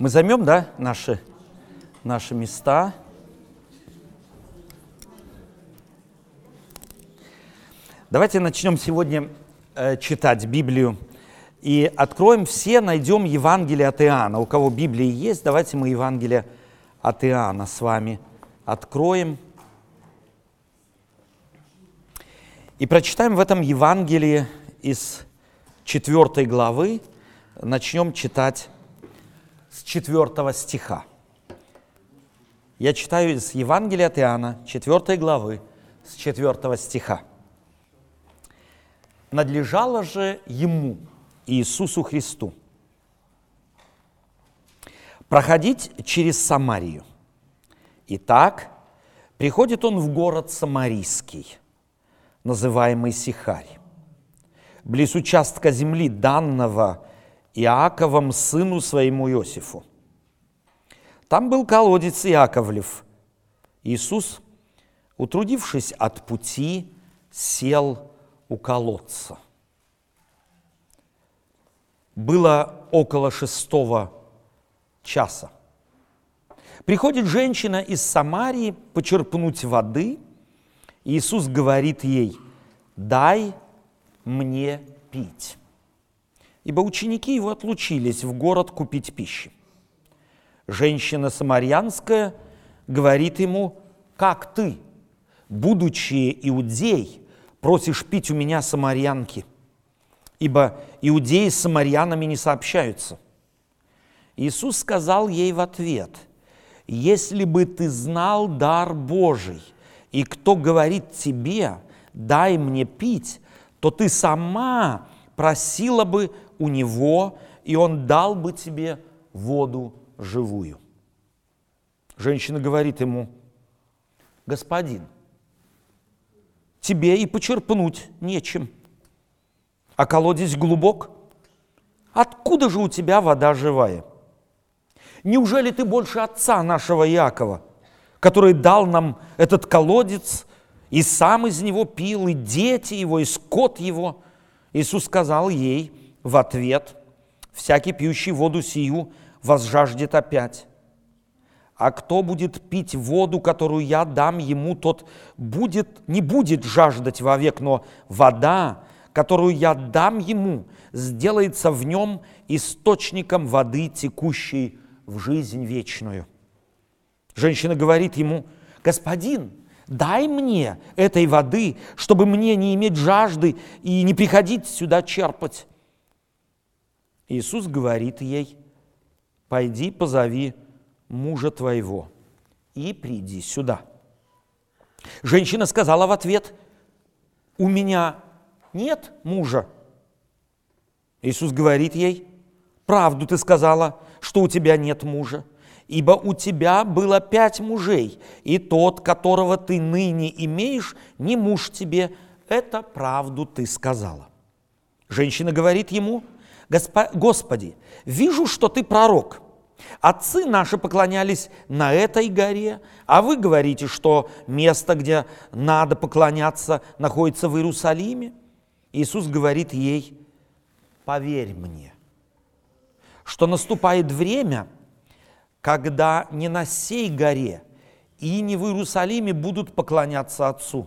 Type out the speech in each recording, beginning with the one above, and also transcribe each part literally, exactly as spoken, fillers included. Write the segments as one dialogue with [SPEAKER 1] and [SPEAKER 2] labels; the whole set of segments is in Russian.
[SPEAKER 1] Мы займем, да, наши, наши места. Давайте начнем сегодня э, читать Библию. И откроем все, найдем Евангелие от Иоанна. У кого Библия есть, давайте мы Евангелие от Иоанна с вами откроем. И прочитаем в этом Евангелии из четвёртой главы. Начнем читать с четвёртого стиха. Я читаю из Евангелия от Иоанна, четвёртой главы, с четвёртого стиха. «Надлежало же Ему, Иисусу Христу, проходить через Самарию. Итак, приходит Он в город Самарийский, называемый Сихарь, близ участка земли, данного Иаковом сыну своему Иосифу. Там был колодец Иаковлев. Иисус, утрудившись от пути, сел у колодца. Было около шестого часа. Приходит женщина из Самарии почерпнуть воды. Иисус говорит ей: «Дай мне пить». Ибо ученики его отлучились в город купить пищи. Женщина самарянская говорит ему: «Как ты, будучи иудей, просишь пить у меня самарянки? Ибо иудеи с самарянами не сообщаются». Иисус сказал ей в ответ: «Если бы ты знал дар Божий, и кто говорит тебе: дай мне пить, то ты сама просила бы у него, и он дал бы тебе воду живую». Женщина говорит ему: «Господин, тебе и почерпнуть нечем, а колодец глубок. Откуда же у тебя вода живая? Неужели ты больше отца нашего Иакова, который дал нам этот колодец, и сам из него пил, и дети его, и скот его?» Иисус сказал ей в ответ: «Всякий, пьющий воду сию, возжаждет опять. А кто будет пить воду, которую я дам ему, тот будет, не будет жаждать вовек, но вода, которую я дам ему, сделается в нем источником воды, текущей в жизнь вечную». Женщина говорит ему: «Господин, дай мне этой воды, чтобы мне не иметь жажды и не приходить сюда черпать». Иисус говорит ей: «Пойди, позови мужа твоего и приди сюда». Женщина сказала в ответ: «У меня нет мужа». Иисус говорит ей: «Правду ты сказала, что у тебя нет мужа, ибо у тебя было пять мужей, и тот, которого ты ныне имеешь, не муж тебе. Это правду ты сказала». Женщина говорит ему: «Господи, вижу, что ты пророк. Отцы наши поклонялись на этой горе, а вы говорите, что место, где надо поклоняться, находится в Иерусалиме». Иисус говорит ей: «Поверь мне, что наступает время, когда не на сей горе и не в Иерусалиме будут поклоняться Отцу.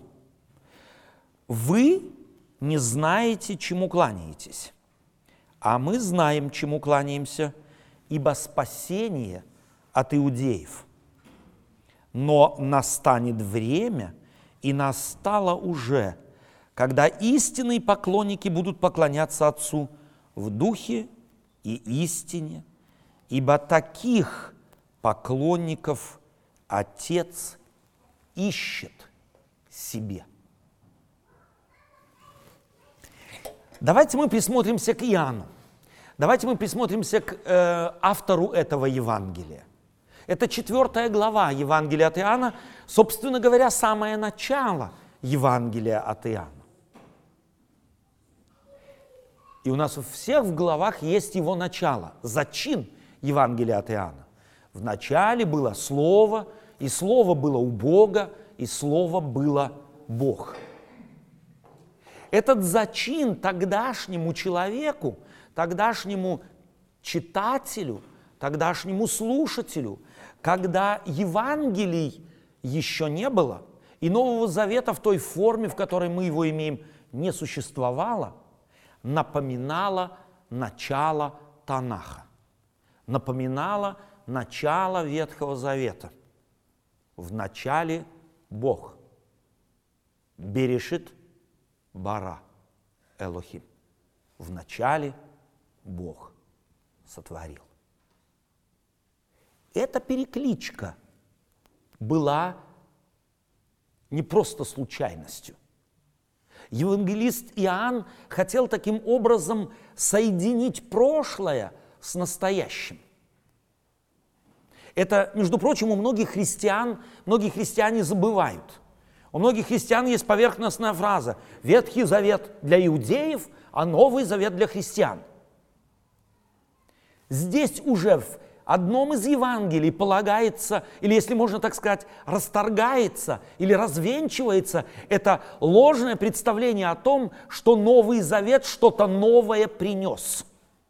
[SPEAKER 1] Вы не знаете, чему кланяетесь, а мы знаем, чему кланяемся, ибо спасение от иудеев. Но настанет время, и настало уже, когда истинные поклонники будут поклоняться Отцу в духе и истине, ибо таких поклонников Отец ищет себе». Давайте мы присмотримся к Иоанну. Давайте мы присмотримся к э, автору этого Евангелия. Это четвертая глава Евангелия от Иоанна, собственно говоря, самое начало Евангелия от Иоанна. И у нас у всех в главах есть его начало, зачин Евангелия от Иоанна. В начале было Слово, и Слово было у Бога, и Слово было Бог. Этот зачин тогдашнему человеку, тогдашнему читателю, тогдашнему слушателю, когда Евангелий еще не было, и Нового Завета в той форме, в которой мы его имеем, не существовало, напоминало начало Танаха, напоминало начало Ветхого Завета. В начале Бог. Берешит бара Элохим. В начале Бог сотворил. Эта перекличка была не просто случайностью. Евангелист Иоанн хотел таким образом соединить прошлое с настоящим. Это, между прочим, у многих христиан, многие христиане забывают. У многих христиан есть поверхностная фраза: Ветхий Завет для иудеев, а Новый Завет для христиан. Здесь уже в одном из Евангелий полагается, или, если можно так сказать, расторгается или развенчивается это ложное представление о том, что Новый Завет что-то новое принес.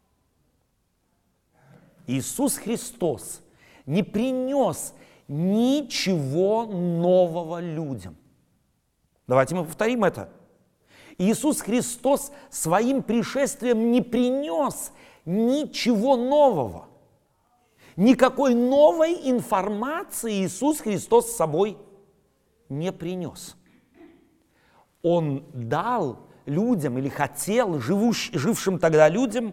[SPEAKER 1] Иисус Христос не принес ничего нового людям. Давайте мы повторим это. Иисус Христос своим пришествием не принес ничего нового. Никакой новой информации Иисус Христос с собой не принес. Он дал людям, или хотел живущ, жившим тогда людям,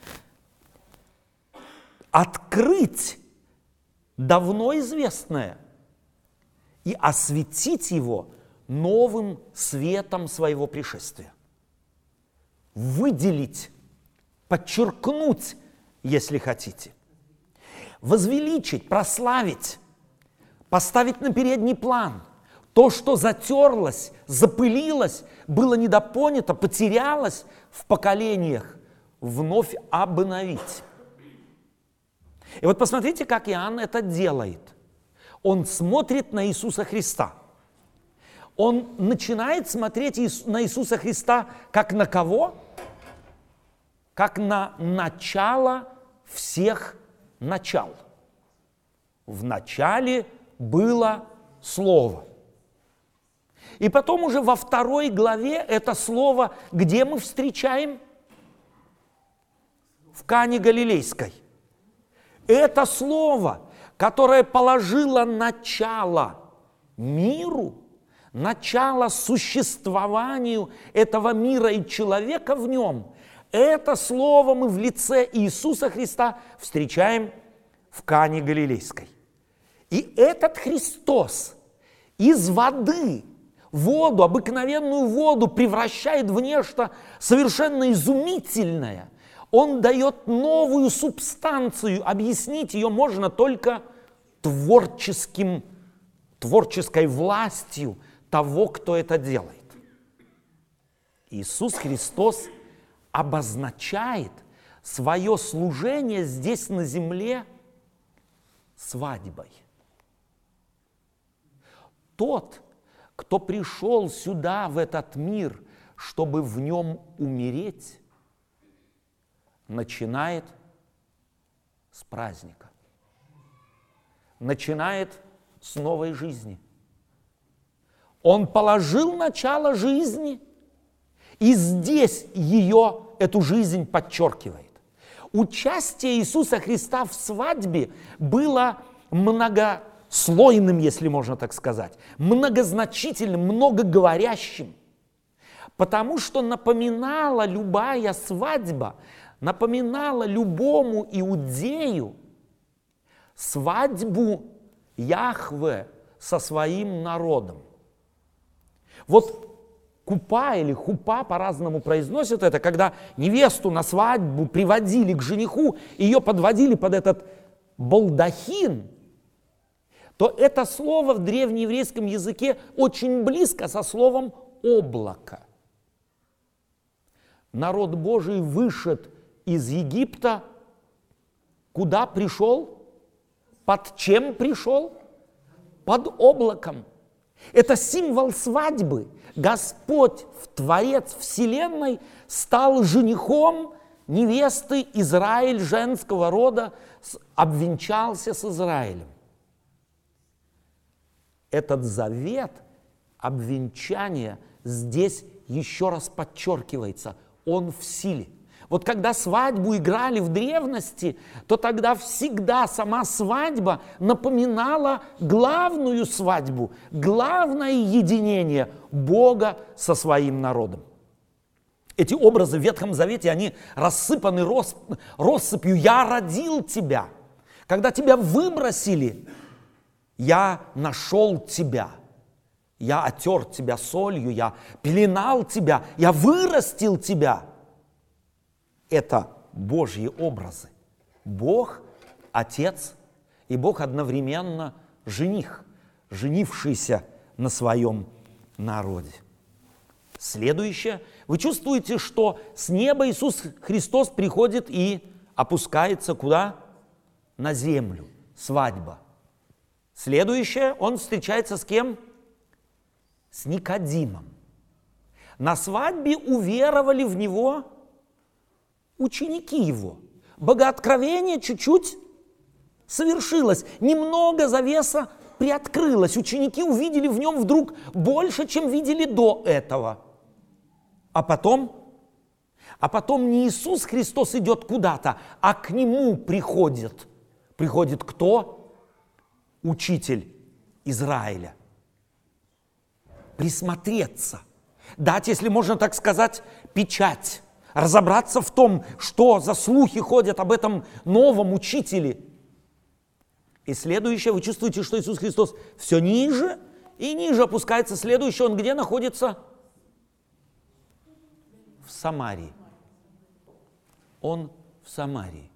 [SPEAKER 1] открыть давно известное и осветить его новым светом своего пришествия. Выделить, подчеркнуть, если хотите. Возвеличить, прославить, поставить на передний план. То, что затерлось, запылилось, было недопонято, потерялось в поколениях, вновь обновить. И вот посмотрите, как Иоанн это делает. Он смотрит на Иисуса Христа. Он начинает смотреть на Иисуса Христа как на кого? Как на начало всех начал. В начале было Слово. И потом уже во второй главе это Слово где мы встречаем? В Кане Галилейской. Это Слово, которое положило начало миру, начало существованию этого мира и человека в нем, это Слово мы в лице Иисуса Христа встречаем в Кане Галилейской. И этот Христос из воды воду, обыкновенную воду, превращает в нечто совершенно изумительное. Он дает новую субстанцию. Объяснить ее можно только творческим, творческой властью того, кто это делает. Иисус Христос обозначает свое служение здесь на земле свадьбой. Тот, кто пришел сюда, в этот мир, чтобы в нем умереть, начинает с праздника, начинает с новой жизни. Он положил начало жизни, и здесь ее, эту жизнь подчеркивает. Участие Иисуса Христа в свадьбе было многослойным, если можно так сказать, многозначительным, многоговорящим, потому что напоминала любая свадьба, напоминала любому иудею свадьбу Яхве со своим народом. Вот купа или хупа по-разному произносят это, когда невесту на свадьбу приводили к жениху, ее подводили под этот балдахин, то это слово в древнееврейском языке очень близко со словом «облако». Народ Божий вышел из Египта, куда пришел? Под чем пришел? Под облаком. Это символ свадьбы. Господь, Творец Вселенной, стал женихом невесты Израиль женского рода обвенчался с Израилем. Этот завет обвенчания здесь еще раз подчеркивается. Он в силе. Вот когда свадьбу играли в древности, то тогда всегда сама свадьба напоминала главную свадьбу, главное единение Бога со своим народом. Эти образы в Ветхом Завете, они рассыпаны рос, россыпью. «Я родил тебя». Когда тебя выбросили, я нашел тебя. Я отер тебя солью, я пеленал тебя, я вырастил тебя. Это Божьи образы. Бог – Отец, и Бог одновременно жених, женившийся на своем народе. Следующее. Вы чувствуете, что с неба Иисус Христос приходит и опускается куда? На землю. Свадьба. Следующее. Он встречается с кем? С Никодимом. На свадьбе уверовали в него ученики его. Богооткровение чуть-чуть совершилось. Немного завеса приоткрылась. Ученики увидели в нем вдруг больше, чем видели до этого. А потом, а потом не Иисус Христос идет куда-то, а к нему приходит. Приходит кто? Учитель Израиля. Присмотреться. Дать, если можно так сказать, печать. Разобраться в том, что за слухи ходят об этом новом учителе. И следующее, вы чувствуете, что Иисус Христос все ниже и ниже опускается. Следующее, он где находится? В Самарии. Он в Самарии.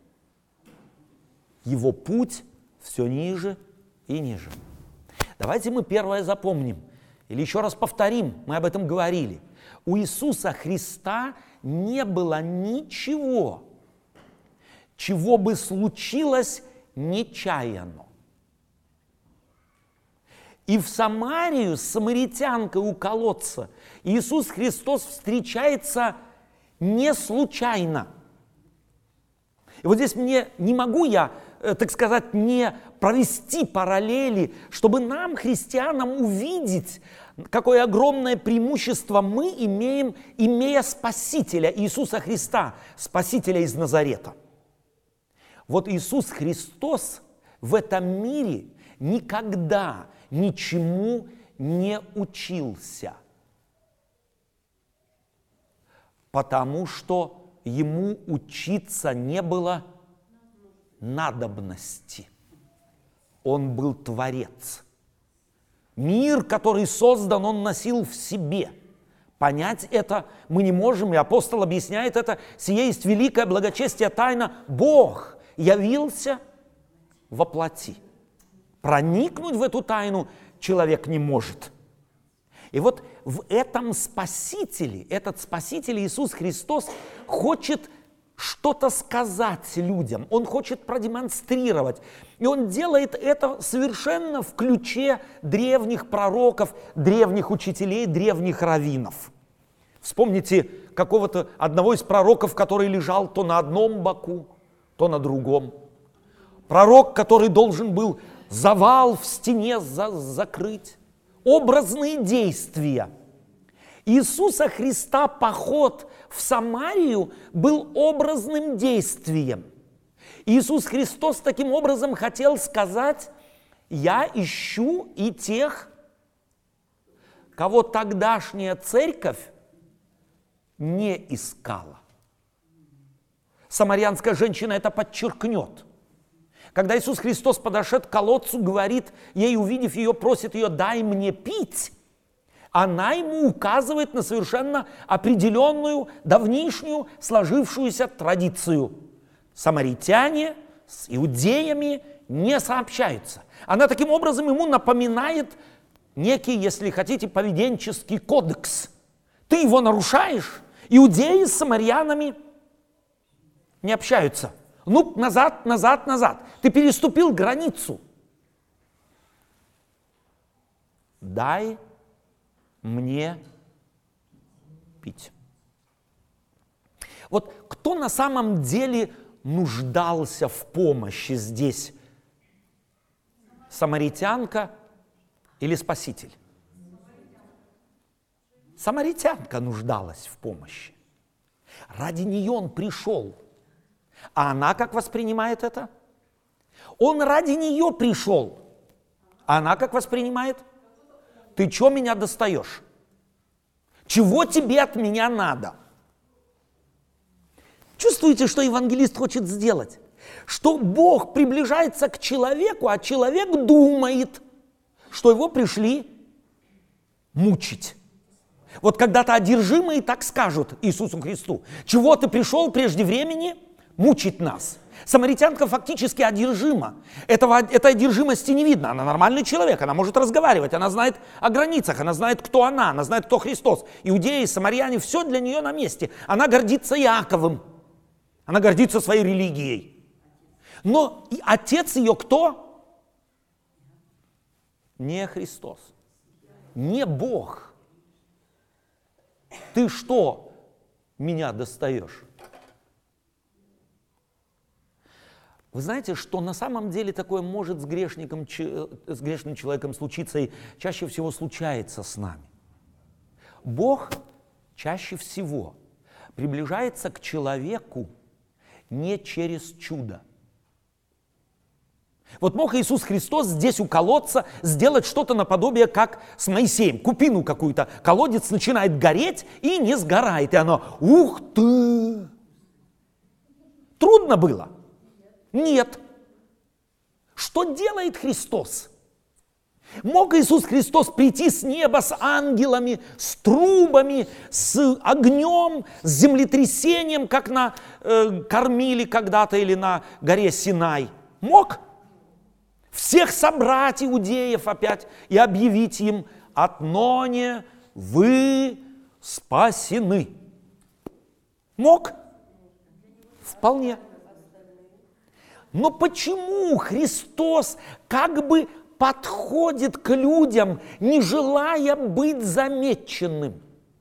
[SPEAKER 1] Его путь все ниже и ниже. Давайте мы первое запомним. Или еще раз повторим, мы об этом говорили. У Иисуса Христа не было ничего, чего бы случилось нечаянно. И в Самарию с самаритянкой у колодца Иисус Христос встречается не случайно. И вот здесь мне не могу я, так сказать, не провести параллели, чтобы нам, христианам, увидеть, какое огромное преимущество мы имеем, имея Спасителя Иисуса Христа, Спасителя из Назарета. Вот Иисус Христос в этом мире никогда ничему не учился, потому что ему учиться не было надобности. Он был Творец. Мир, который создан, он носил в себе. Понять это мы не можем, и апостол объясняет это. Сие есть великое благочестие тайна. Бог явился во плоти. Проникнуть в эту тайну человек не может. И вот в этом Спасителе, этот Спаситель Иисус Христос хочет что-то сказать людям, Он хочет продемонстрировать. И Он делает это совершенно в ключе древних пророков, древних учителей, древних раввинов. Вспомните какого-то одного из пророков, который лежал то на одном боку, то на другом. Пророк, который должен был завал в стене за- закрыть. Образные действия. Иисуса Христа поход в Самарию был образным действием. Иисус Христос таким образом хотел сказать: я ищу и тех, кого тогдашняя церковь не искала. Самарянская женщина это подчеркнет. Когда Иисус Христос подошел к колодцу, говорит ей, увидев ее, просит ее: дай мне пить. Она ему указывает на совершенно определенную, давнишнюю, сложившуюся традицию. Самаритяне с иудеями не сообщаются. Она таким образом ему напоминает некий, если хотите, поведенческий кодекс. Ты его нарушаешь, иудеи с самарянами не общаются. Ну, назад, назад, назад. Ты переступил границу. Дай мне пить. Вот кто кто на самом деле нуждался в помощи здесь? Самаритянка или Спаситель? Самаритянка нуждалась в помощи. Ради нее он пришел. А она как воспринимает это? Он ради нее пришел. А она как воспринимает? Ты что меня достаешь? Чего тебе от меня надо? Чувствуете, что евангелист хочет сделать? Что Бог приближается к человеку, а человек думает, что его пришли мучить. Вот когда-то одержимые так скажут Иисусу Христу: чего ты пришел прежде времени мучить нас? Самаритянка фактически одержима. Этого, этой одержимости не видно. Она нормальный человек, она может разговаривать, она знает о границах, она знает, кто она, она знает, кто Христос. Иудеи, самаряне, все для нее на месте. Она гордится Иаковом, она гордится своей религией. Но и отец ее кто? Не Христос, не Бог. Ты что меня достаешь? Вы знаете, что на самом деле такое может с грешником, с грешным человеком случиться и чаще всего случается с нами. Бог чаще всего приближается к человеку не через чудо. Вот мог Иисус Христос здесь у колодца сделать что-то наподобие, как с Моисеем, купину какую-то. Колодец начинает гореть и не сгорает. И оно, ух ты! Трудно было? Нет. Что делает Христос? Мог Иисус Христос прийти с неба с ангелами, с трубами, с огнем, с землетрясением, как на э, кормили когда-то или на горе Синай? Мог? Всех собрать иудеев опять и объявить им: отныне вы спасены. Мог? Вполне. Но почему Христос как бы подходит к людям, не желая быть замеченным?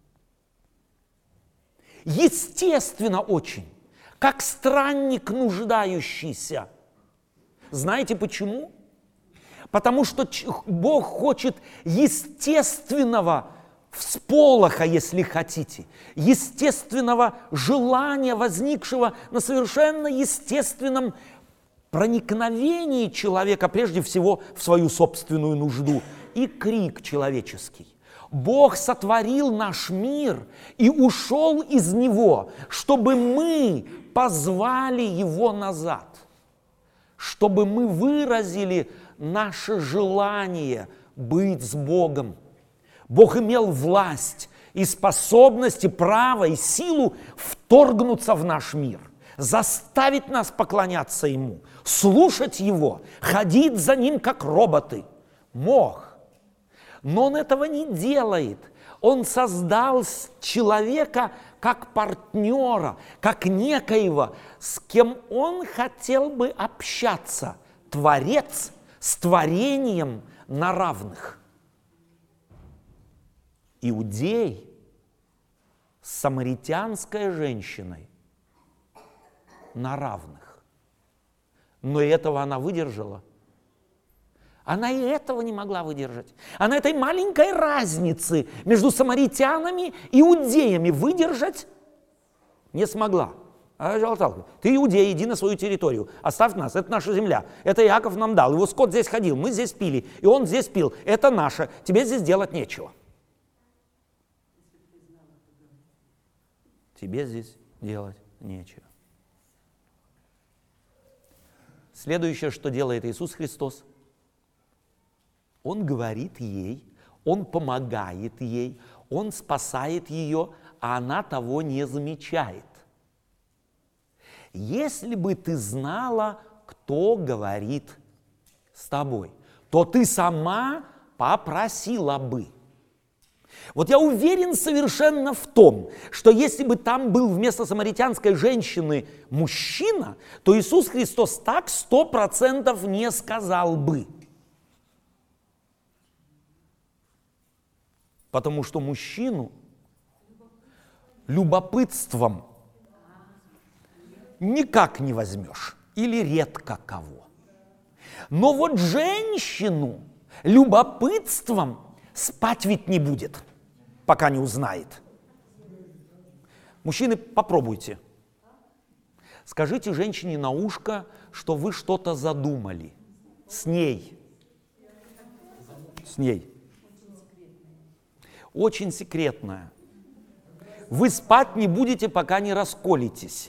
[SPEAKER 1] Естественно очень, как странник нуждающийся. Знаете почему? Потому что Бог хочет естественного всполоха, если хотите, естественного желания, возникшего на совершенно естественном проникновении человека, прежде всего, в свою собственную нужду, и крик человеческий. Бог сотворил наш мир и ушел из него, чтобы мы позвали его назад, чтобы мы выразили наше желание быть с Богом. Бог имел власть и способность, и право, и силу вторгнуться в наш мир, заставить нас поклоняться Ему, слушать Его, ходить за Ним, как роботы. Мог. Но Он этого не делает. Он создал человека как партнера, как некоего, с кем Он хотел бы общаться. Творец с творением на равных. Иудей с самаритянской женщиной на равных. Но и этого она выдержала. Она и этого не могла выдержать. Она этой маленькой разницы между самаритянами и иудеями выдержать не смогла. А Жалаталка: ты иудей, иди на свою территорию, оставь нас, это наша земля, это Иаков нам дал, его скот здесь ходил, мы здесь пили, и он здесь пил, это наше, тебе здесь делать нечего. Тебе здесь делать нечего. Следующее, что делает Иисус Христос, Он говорит ей, Он помогает ей, Он спасает ее, а она того не замечает. Если бы ты знала, кто говорит с тобой, то ты сама попросила бы. Вот я уверен совершенно в том, что если бы там был вместо самаритянской женщины мужчина, то Иисус Христос так сто процентов не сказал бы. Потому что мужчину любопытством никак не возьмешь или редко кого. Но вот женщину любопытством спать ведь не будет, пока не узнает. Мужчины, попробуйте. Скажите женщине на ушко, что вы что-то задумали с ней. С ней. Очень секретное. Вы спать не будете, пока не расколетесь.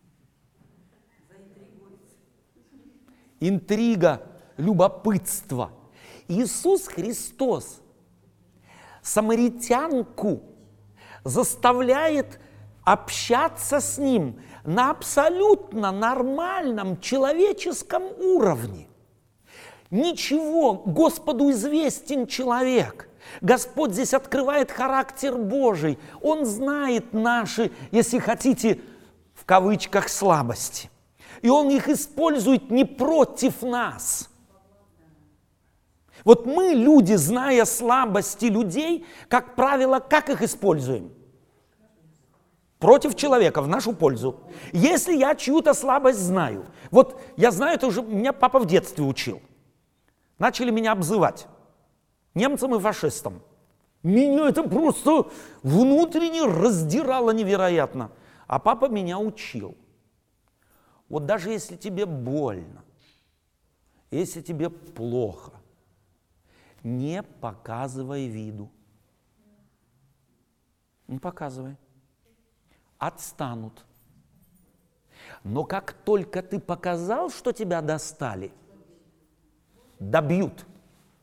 [SPEAKER 1] Интрига, любопытство. Иисус Христос самаритянку заставляет общаться с Ним на абсолютно нормальном человеческом уровне. Ничего, Господу известен человек. Господь здесь открывает характер Божий. Он знает наши, если хотите, в кавычках, слабости. И Он их использует не против нас. Вот мы, люди, зная слабости людей, как правило, как их используем? Против человека, в нашу пользу. Если я чью-то слабость знаю, вот я знаю, это уже меня папа в детстве учил. Начали меня обзывать немцам и фашистам. Меня это просто внутренне раздирало невероятно. А папа меня учил. Вот даже если тебе больно, если тебе плохо, не показывай виду. Не показывай. Отстанут. Но как только ты показал, что тебя достали, добьют,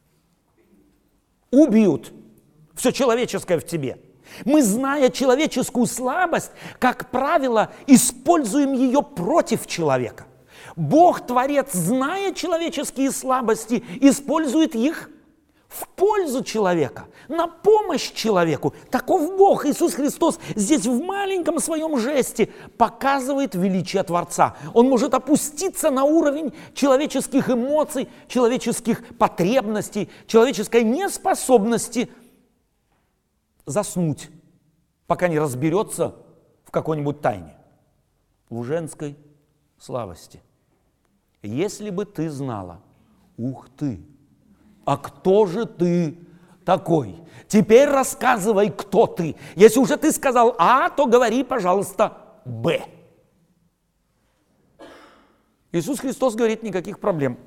[SPEAKER 1] убьют все человеческое в тебе. Мы, зная человеческую слабость, как правило, используем ее против человека. Бог, Творец, зная человеческие слабости, использует их в пользу человека, на помощь человеку. Таков Бог. Иисус Христос здесь в маленьком своем жесте показывает величие Творца. Он может опуститься на уровень человеческих эмоций, человеческих потребностей, человеческой неспособности заснуть, пока не разберется в какой-нибудь тайне, в женской слабости. Если бы ты знала, ух ты, а кто же ты такой? Теперь рассказывай, кто ты. Если уже ты сказал А, то говори, пожалуйста, Б. Иисус Христос говорит, никаких проблем.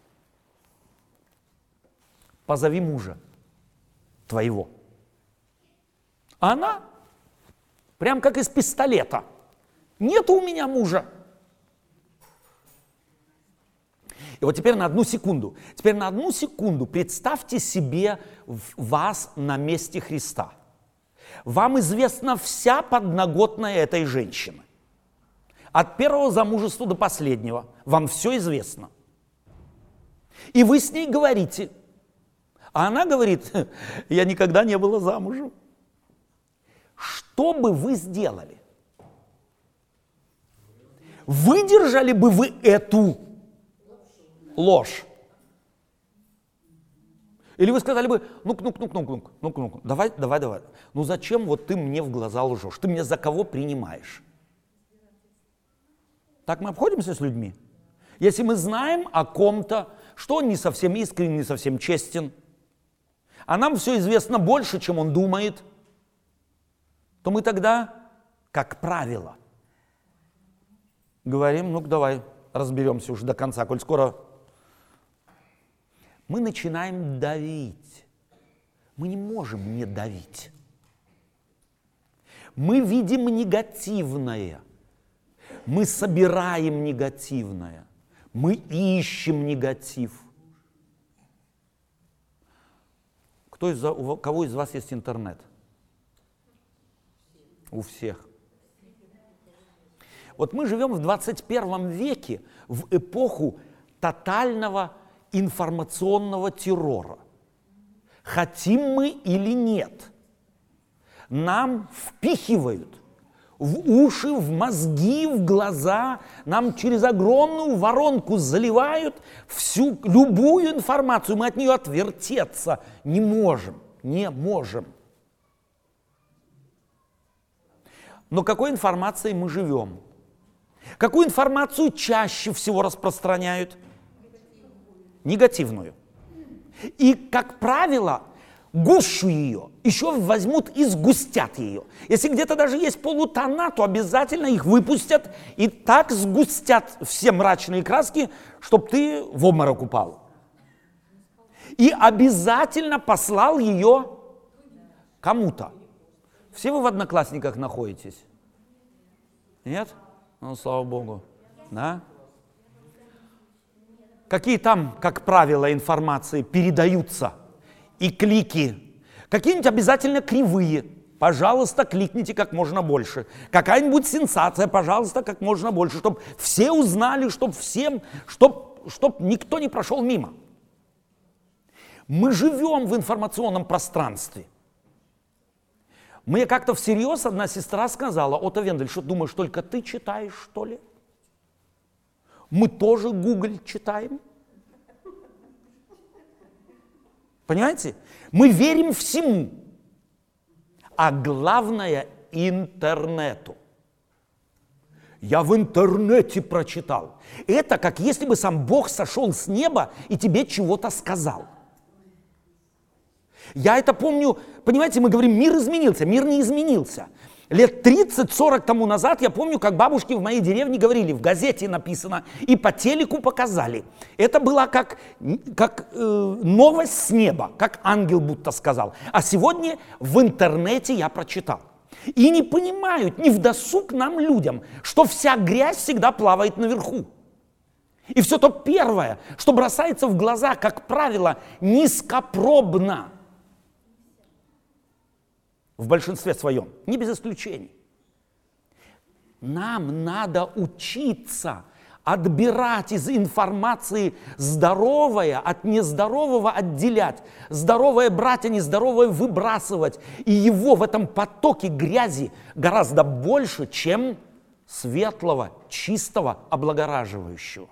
[SPEAKER 1] Позови мужа твоего. А она, прям как из пистолета, нет у меня мужа. И вот теперь на одну секунду, теперь на одну секунду представьте себе вас на месте Христа. Вам известна вся подноготная этой женщины. От первого замужества до последнего. Вам все известно. И вы с ней говорите. А она говорит, я никогда не была замужем. Что бы вы сделали? Выдержали бы вы эту ложь? Или вы сказали бы, ну-ка, ну-ка, ну-ка, ну-ка, ну-ка, ну-ка, давай, давай, давай. Ну зачем вот ты мне в глаза лжешь? Ты меня за кого принимаешь? Так мы обходимся с людьми? Если мы знаем о ком-то, что он не совсем искренен, не совсем честен, а нам все известно больше, чем он думает, то мы тогда, как правило, говорим, ну-ка давай разберемся уже до конца, коль скоро мы начинаем давить. Мы не можем не давить. Мы видим негативное. Мы собираем негативное. Мы ищем негатив. Кто из, у кого из вас есть интернет? У всех. Вот мы живем в двадцать первом веке, в эпоху тотального информационного террора. Хотим мы или нет, нам впихивают в уши, в мозги, в глаза, нам через огромную воронку заливают всю, любую информацию, мы от нее отвертеться не можем, не можем. Но какой информацией мы живем? Какую информацию чаще всего распространяют? Негативную. И, как правило, гущу ее еще возьмут и сгустят ее. Если где-то даже есть полутона, то обязательно их выпустят и так сгустят все мрачные краски, чтобы ты в обморок упал. И обязательно послал ее кому-то. Все вы в Одноклассниках находитесь? Нет? Ну, слава Богу. Да? Какие там, как правило, информации передаются и клики? Какие-нибудь обязательно кривые. Пожалуйста, кликните как можно больше. Какая-нибудь сенсация, пожалуйста, как можно больше. Чтобы все узнали, чтобы всем, чтобы чтоб никто не прошел мимо. Мы живем в информационном пространстве. Мне как-то всерьез одна сестра сказала: Отто Вендель, что думаешь, только ты читаешь, что ли? Мы тоже Google читаем. Понимаете? Мы верим всему. А главное – интернету. Я в интернете прочитал. Это как если бы сам Бог сошел с неба и тебе чего-то сказал. Я это помню, понимаете, мы говорим, мир изменился, мир не изменился. Лет тридцать-сорок тому назад я помню, как бабушки в моей деревне говорили, в газете написано, и по телеку показали. Это было как, как э, новость с неба, как ангел будто сказал. А сегодня в интернете я прочитал. И не понимают, не вдосуг нам людям, что вся грязь всегда плавает наверху. И все то первое, что бросается в глаза, как правило, низкопробно. В большинстве своем, не без исключений. Нам надо учиться отбирать из информации здоровое от нездорового отделять, здоровое брать, а нездоровое выбрасывать. И его в этом потоке грязи гораздо больше, чем светлого, чистого, облагораживающего.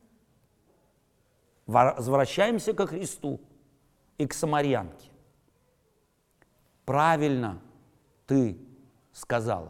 [SPEAKER 1] Возвращаемся ко Христу и к самарянке. Правильно ты сказала.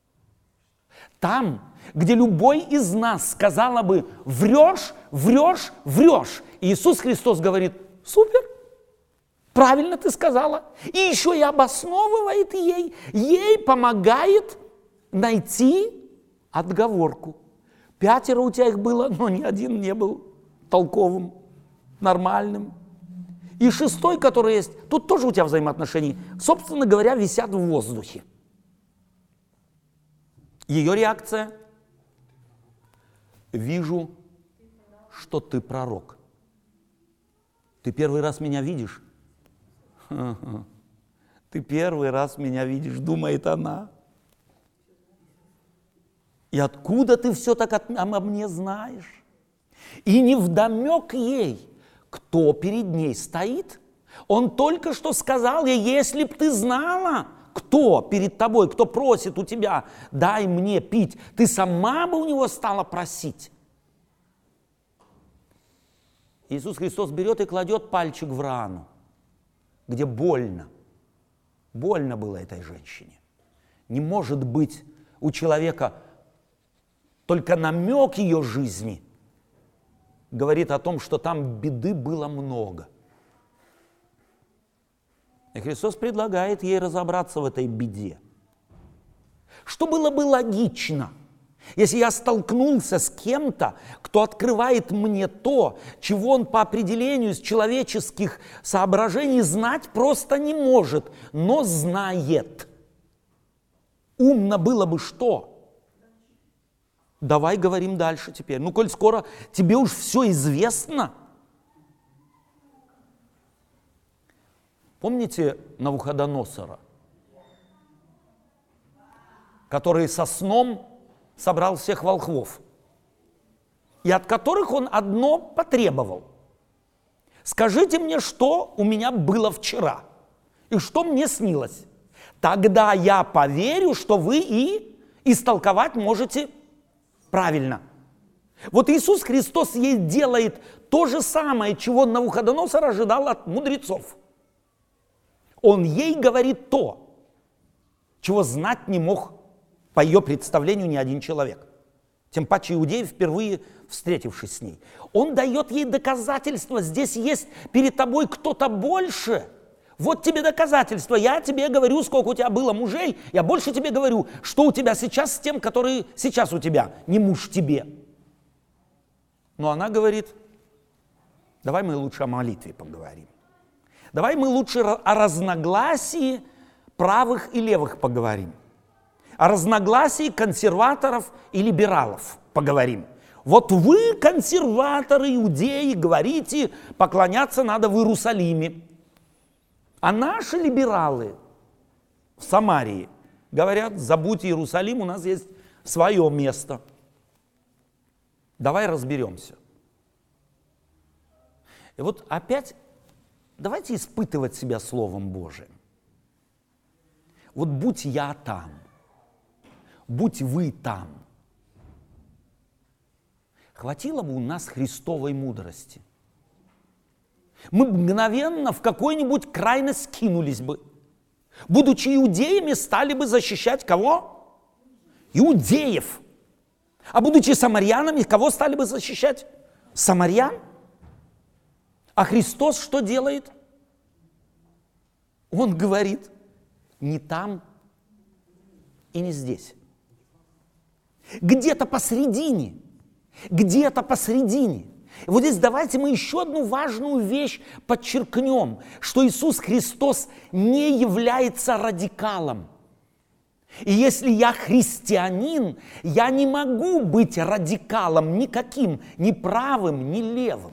[SPEAKER 1] Там, где любой из нас сказала бы врешь, врешь, врешь, Иисус Христос говорит: супер, правильно ты сказала. И еще и обосновывает ей, ей помогает найти отговорку. Пятеро у тебя их было, но ни один не был толковым, нормальным. И шестой, который есть, тут тоже у тебя взаимоотношения, собственно говоря, висят в воздухе. Ее реакция: вижу, что ты пророк. Ты первый раз меня видишь? Ха-ха. Ты первый раз меня видишь, думает она. И откуда ты все так от, обо мне знаешь? И невдомек ей, кто перед ней стоит. Он только что сказал ей: если б ты знала, кто перед тобой, кто просит у тебя, дай мне пить, ты сама бы у него стала просить. Иисус Христос берет и кладет пальчик в рану, где больно. Больно было этой женщине. Не может быть у человека только намек ее жизни говорит о том, что там беды было много. И Христос предлагает ей разобраться в этой беде. Что было бы логично, если я столкнулся с кем-то, кто открывает мне то, чего он по определению из человеческих соображений знать просто не может, но знает. Умно было бы что? Давай говорим дальше теперь. Ну, коль скоро тебе уж все известно. Помните Навуходоносора, который со сном собрал всех волхвов, и от которых он одно потребовал: скажите мне, что у меня было вчера, и что мне снилось. Тогда я поверю, что вы и истолковать можете правильно. Вот Иисус Христос ей делает то же самое, чего Навуходоносор ожидал от мудрецов. Он ей говорит то, чего знать не мог по ее представлению ни один человек. Тем паче иудеи, впервые встретившись с ней. Он дает ей доказательства. Здесь есть перед тобой кто-то больше. Вот тебе доказательства. Я тебе говорю, сколько у тебя было мужей. Я больше тебе говорю, что у тебя сейчас с тем, который сейчас у тебя. Не муж тебе. Но она говорит, давай мы лучше о молитве поговорим. Давай мы лучше о разногласии правых и левых поговорим. О разногласии консерваторов и либералов поговорим. Вот вы, консерваторы, иудеи, говорите, поклоняться надо в Иерусалиме. А наши либералы в Самарии говорят, забудь Иерусалим, у нас есть свое место. Давай разберемся. И вот опять давайте испытывать себя Словом Божиим. Вот будь я там, будь вы там. Хватило бы у нас Христовой мудрости. Мы мгновенно в какой-нибудь крайность скинулись бы. Будучи иудеями, стали бы защищать кого? Иудеев. А будучи самарянами, кого стали бы защищать? Самарян. А Христос что делает? Он говорит, не там и не здесь. Где-то посредине. Где-то посредине. И вот здесь давайте мы еще одну важную вещь подчеркнем, что Иисус Христос не является радикалом. И если я христианин, я не могу быть радикалом никаким, ни правым, ни левым.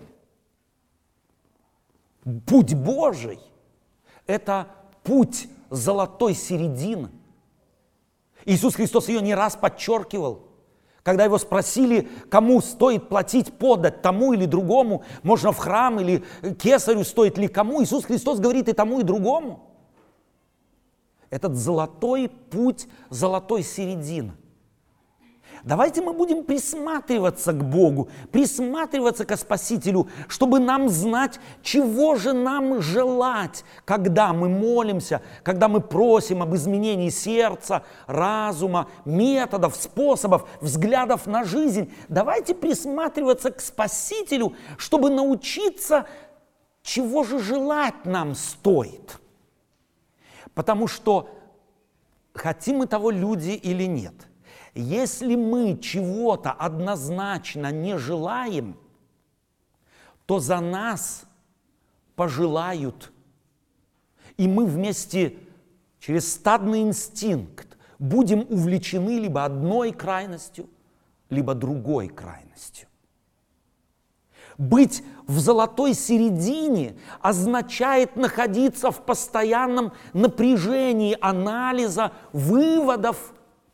[SPEAKER 1] Путь Божий – это путь золотой середины. Иисус Христос ее не раз подчеркивал. Когда его спросили, кому стоит платить подать, тому или другому, можно в храм или кесарю стоит ли кому, Иисус Христос говорит и тому, и другому. Этот золотой путь, золотой середины. Давайте мы будем присматриваться к Богу, присматриваться к Спасителю, чтобы нам знать, чего же нам желать, когда мы молимся, когда мы просим об изменении сердца, разума, методов, способов, взглядов на жизнь. Давайте присматриваться к Спасителю, чтобы научиться, чего же желать нам стоит. Потому что хотим мы того люди или нет, если мы чего-то однозначно не желаем, то за нас пожелают. И мы вместе через стадный инстинкт будем увлечены либо одной крайностью, либо другой крайностью. Быть в золотой середине означает находиться в постоянном напряжении анализа, выводов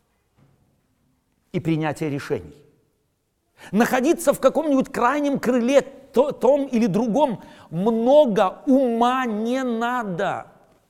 [SPEAKER 1] и принятия решений. Находиться в каком-нибудь крайнем крыле, то, том или другом, много ума не надо.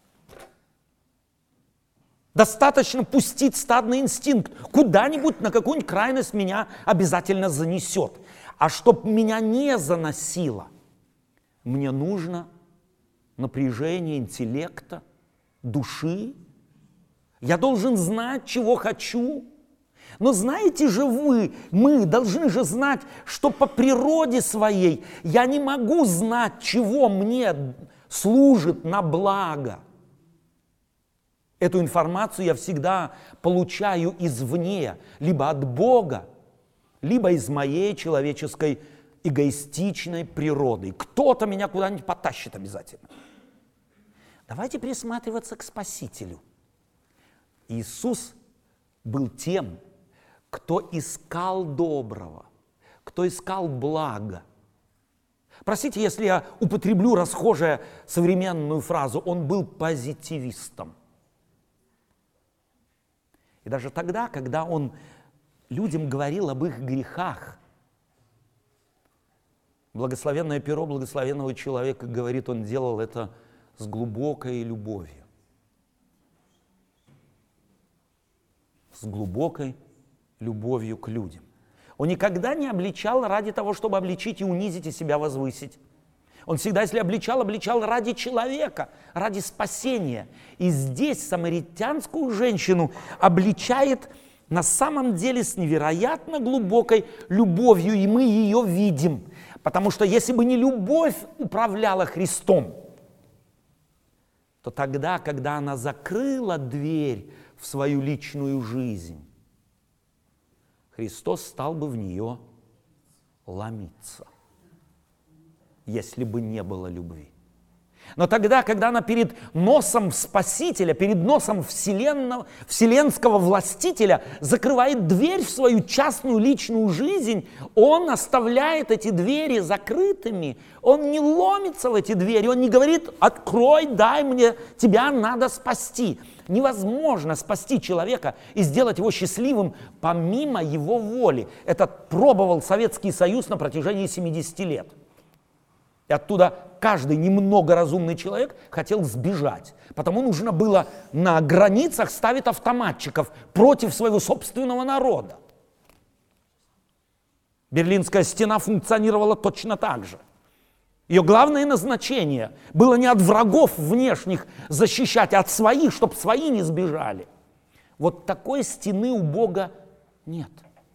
[SPEAKER 1] Достаточно пустить стадный инстинкт. Куда-нибудь на какую-нибудь крайность меня обязательно занесет. А чтоб меня не заносило, мне нужно напряжение интеллекта, души. Я должен знать, чего хочу. Но знаете же вы, мы должны же знать, что по природе своей я не могу знать, чего мне служит на благо. Эту информацию я всегда получаю извне, либо от Бога, либо из моей человеческой эгоистичной природы. Кто-то меня куда-нибудь потащит обязательно. Давайте присматриваться к Спасителю. Иисус был тем, кто искал доброго, кто искал блага. Простите, если я употреблю расхожую современную фразу, он был позитивистом. И даже тогда, когда он людям говорил об их грехах, благословенное перо благословенного человека, говорит, он делал это с глубокой любовью. С глубокой любовью к людям. Он никогда не обличал ради того, чтобы обличить и унизить, и себя возвысить. Он всегда, если обличал, обличал ради человека, ради спасения. И здесь самаритянскую женщину обличает на самом деле с невероятно глубокой любовью, и мы ее видим. Потому что если бы не любовь управляла Христом, то тогда, когда она закрыла дверь в свою личную жизнь, Христос стал бы в нее ломиться, если бы не было любви. Но тогда, когда она перед носом Спасителя, перед носом вселенного, вселенского властителя закрывает дверь в свою частную личную жизнь, он оставляет эти двери закрытыми. Он не ломится в эти двери, он не говорит: «Открой, дай мне, тебя надо спасти». Невозможно спасти человека и сделать его счастливым помимо его воли. Это пробовал Советский Союз на протяжении семидесяти лет. И оттуда каждый немного разумный человек хотел сбежать. Потому нужно было на границах ставить автоматчиков против своего собственного народа. Берлинская стена функционировала точно так же. Ее главное назначение было не от врагов внешних защищать, а от своих, чтобы свои не сбежали. Вот такой стены у Бога нет.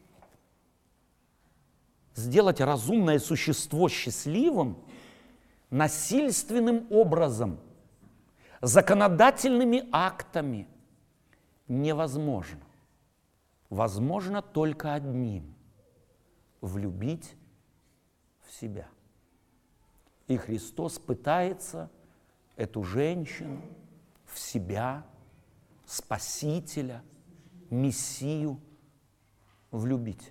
[SPEAKER 1] Сделать разумное существо счастливым насильственным образом, законодательными актами невозможно. Возможно только одним – влюбить в себя. И Христос пытается эту женщину в себя, Спасителя, Мессию влюбить.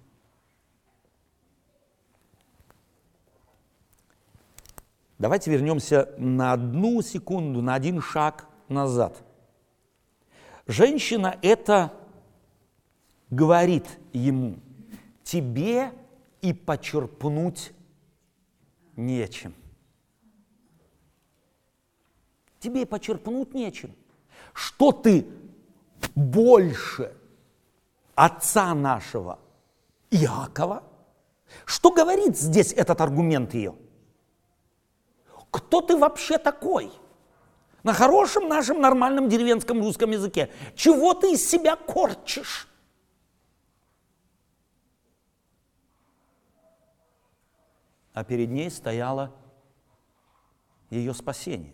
[SPEAKER 1] Давайте вернемся на одну секунду, на один шаг назад. Женщина это говорит ему: тебе и почерпнуть нечем. Тебе и почерпнуть нечем. Что ты больше отца нашего Иакова? Что говорит здесь этот аргумент ее? Кто ты вообще такой? На хорошем нашем нормальном деревенском русском языке. Чего ты из себя корчишь? А перед ней стояло ее спасение.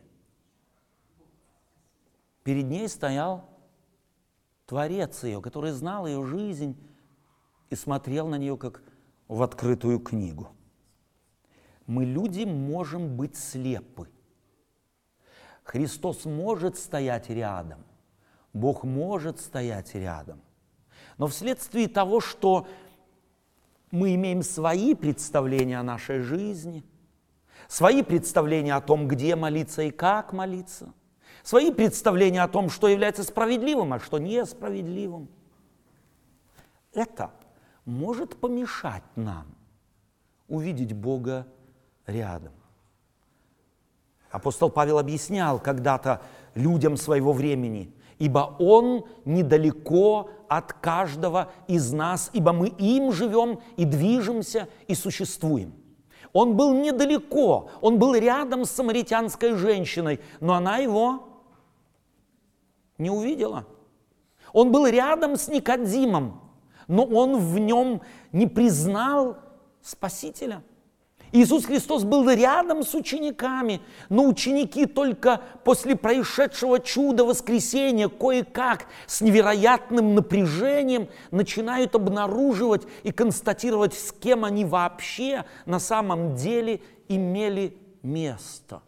[SPEAKER 1] Перед ней стоял Творец ее, который знал ее жизнь и смотрел на нее как в открытую книгу. Мы, люди, можем быть слепы. Христос может стоять рядом, Бог может стоять рядом. Но вследствие того, что мы имеем свои представления о нашей жизни, свои представления о том, где молиться и как молиться, свои представления о том, что является справедливым, а что несправедливым, это может помешать нам увидеть Бога рядом. Апостол Павел объяснял когда-то людям своего времени: ибо Он недалеко от каждого из нас, ибо мы им живем и движемся и существуем. Он был недалеко, он был рядом с самаритянской женщиной, но она его не увидела. Он был рядом с Никодимом, но он в нем не признал Спасителя. Иисус Христос был рядом с учениками, но ученики только после происшедшего чуда воскресения кое-как с невероятным напряжением начинают обнаруживать и констатировать, с кем они вообще на самом деле имели место.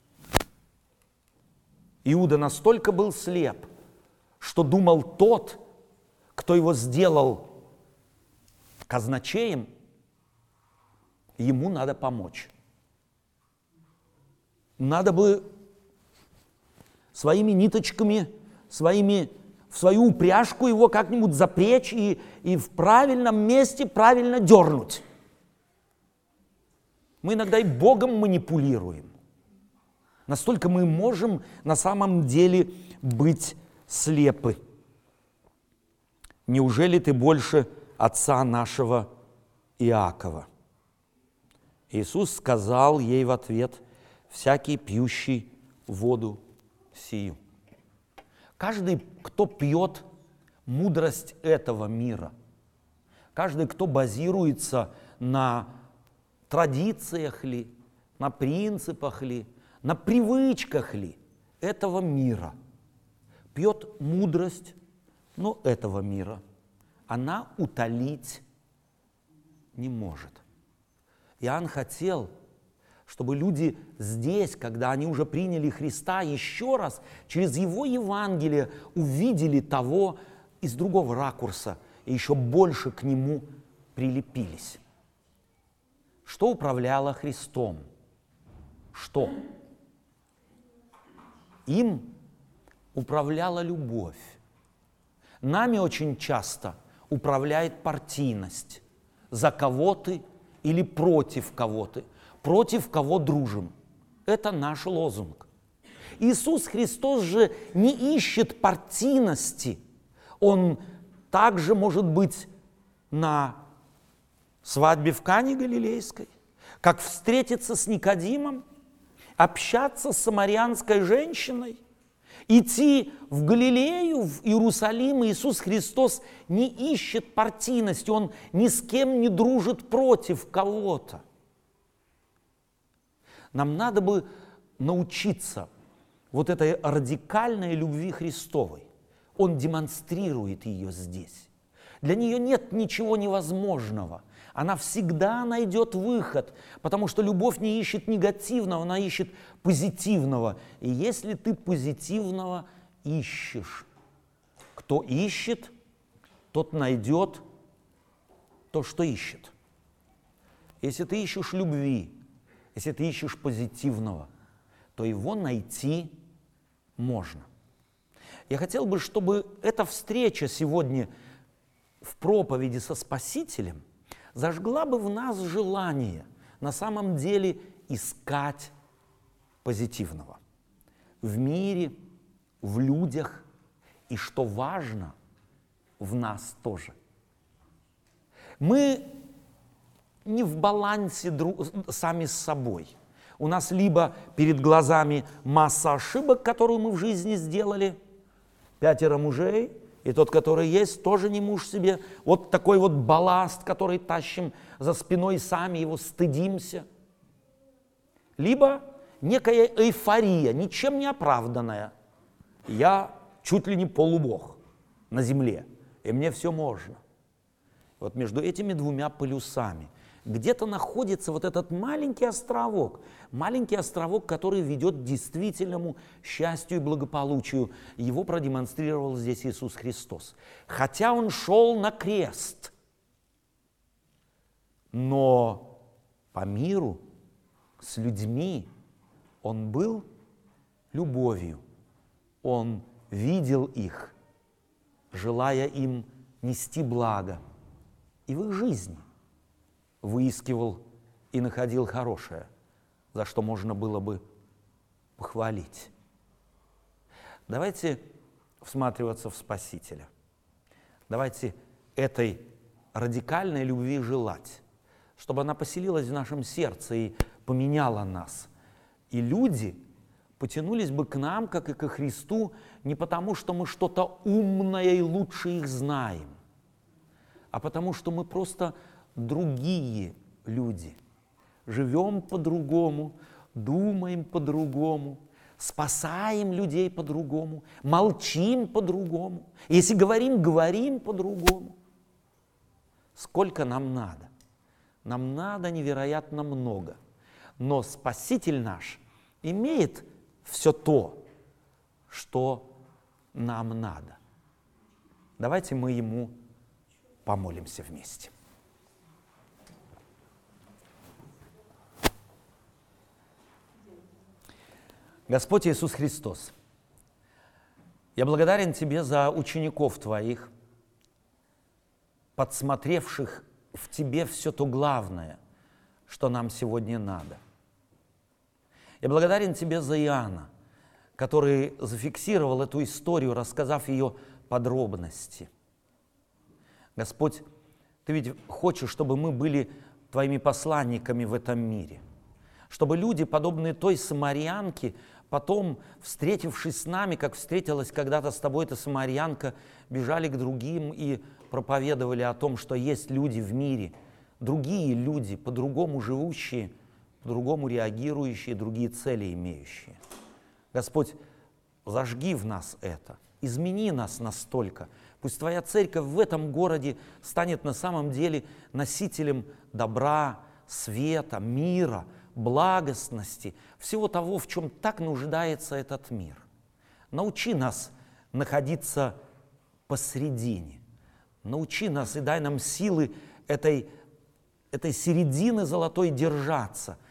[SPEAKER 1] Иуда настолько был слеп, что думал тот, кто его сделал казначеем, ему надо помочь. Надо бы своими ниточками, своими, в свою упряжку его как-нибудь запрячь и, и в правильном месте правильно дернуть. Мы иногда и Богом манипулируем. Настолько мы можем на самом деле быть слепы. Неужели ты больше отца нашего Иакова? Иисус сказал ей в ответ: всякий пьющий воду сию. Каждый, кто пьет мудрость этого мира. Каждый, кто базируется на традициях ли, на принципах ли, на привычках ли этого мира, пьет мудрость, но этого мира она утолить не может. Иоанн хотел, чтобы люди здесь, когда они уже приняли Христа, еще раз через Его Евангелие увидели того из другого ракурса и еще больше к Нему прилепились. Что управляло Христом? Что? Им управляла любовь. Нами очень часто управляет партийность. За кого ты или против кого ты. Против кого дружим. Это наш лозунг. Иисус Христос же не ищет партийности. Он также может быть на свадьбе в Кане Галилейской, как встретиться с Никодимом, общаться с самарянской женщиной, идти в Галилею, в Иерусалим. Иисус Христос не ищет партийности, Он ни с кем не дружит против кого-то. Нам надо бы научиться вот этой радикальной любви Христовой. Он демонстрирует ее здесь. Для нее нет ничего невозможного. Она всегда найдет выход, потому что любовь не ищет негативного, она ищет позитивного. И если ты позитивного ищешь, кто ищет, тот найдет то, что ищет. Если ты ищешь любви, если ты ищешь позитивного, то его найти можно. Я хотел бы, чтобы эта встреча сегодня в проповеди со Спасителем зажгла бы в нас желание на самом деле искать позитивного в мире, в людях и, что важно, в нас тоже. Мы не в балансе друг, сами с собой. У нас либо перед глазами масса ошибок, которую мы в жизни сделали, пятеро мужей, и тот, который есть, тоже не муж себе. Вот такой вот балласт, который тащим за спиной, сами его стыдимся. Либо некая эйфория, ничем не оправданная. Я чуть ли не полубог на земле, и мне все можно. Вот между этими двумя полюсами где-то находится вот этот маленький островок, маленький островок, который ведет к действительному счастью и благополучию. Его продемонстрировал здесь Иисус Христос. Хотя Он шел на крест, но по миру с людьми Он был любовью. Он видел их, желая им нести благо и в их жизни. Выискивал и находил хорошее, за что можно было бы похвалить. Давайте всматриваться в Спасителя. Давайте этой радикальной любви желать, чтобы она поселилась в нашем сердце и поменяла нас. И люди потянулись бы к нам, как и ко Христу, не потому, что мы что-то умное и лучше их знаем, а потому, что мы просто другие люди. Живем по-другому, думаем по-другому, спасаем людей по-другому, молчим по-другому. Если говорим, говорим по-другому. Сколько нам надо? Нам надо невероятно много. Но Спаситель наш имеет все то, что нам надо. Давайте мы Ему помолимся вместе. Господь Иисус Христос, я благодарен Тебе за учеников Твоих, подсмотревших в Тебе все то главное, что нам сегодня надо. Я благодарен Тебе за Иоанна, который зафиксировал эту историю, рассказав ее подробности. Господь, Ты ведь хочешь, чтобы мы были Твоими посланниками в этом мире, чтобы люди, подобные той самарянке, Потом, встретившись с нами, как встретилась когда-то с тобой эта самарянка, бежали к другим и проповедовали о том, что есть люди в мире, другие люди, по-другому живущие, по-другому реагирующие, другие цели имеющие. Господь, зажги в нас это, измени нас настолько. Пусть Твоя церковь в этом городе станет на самом деле носителем добра, света, мира, благостности, всего того, в чем так нуждается этот мир. Научи нас находиться посредине. Научи нас и дай нам силы этой, этой середины золотой держаться,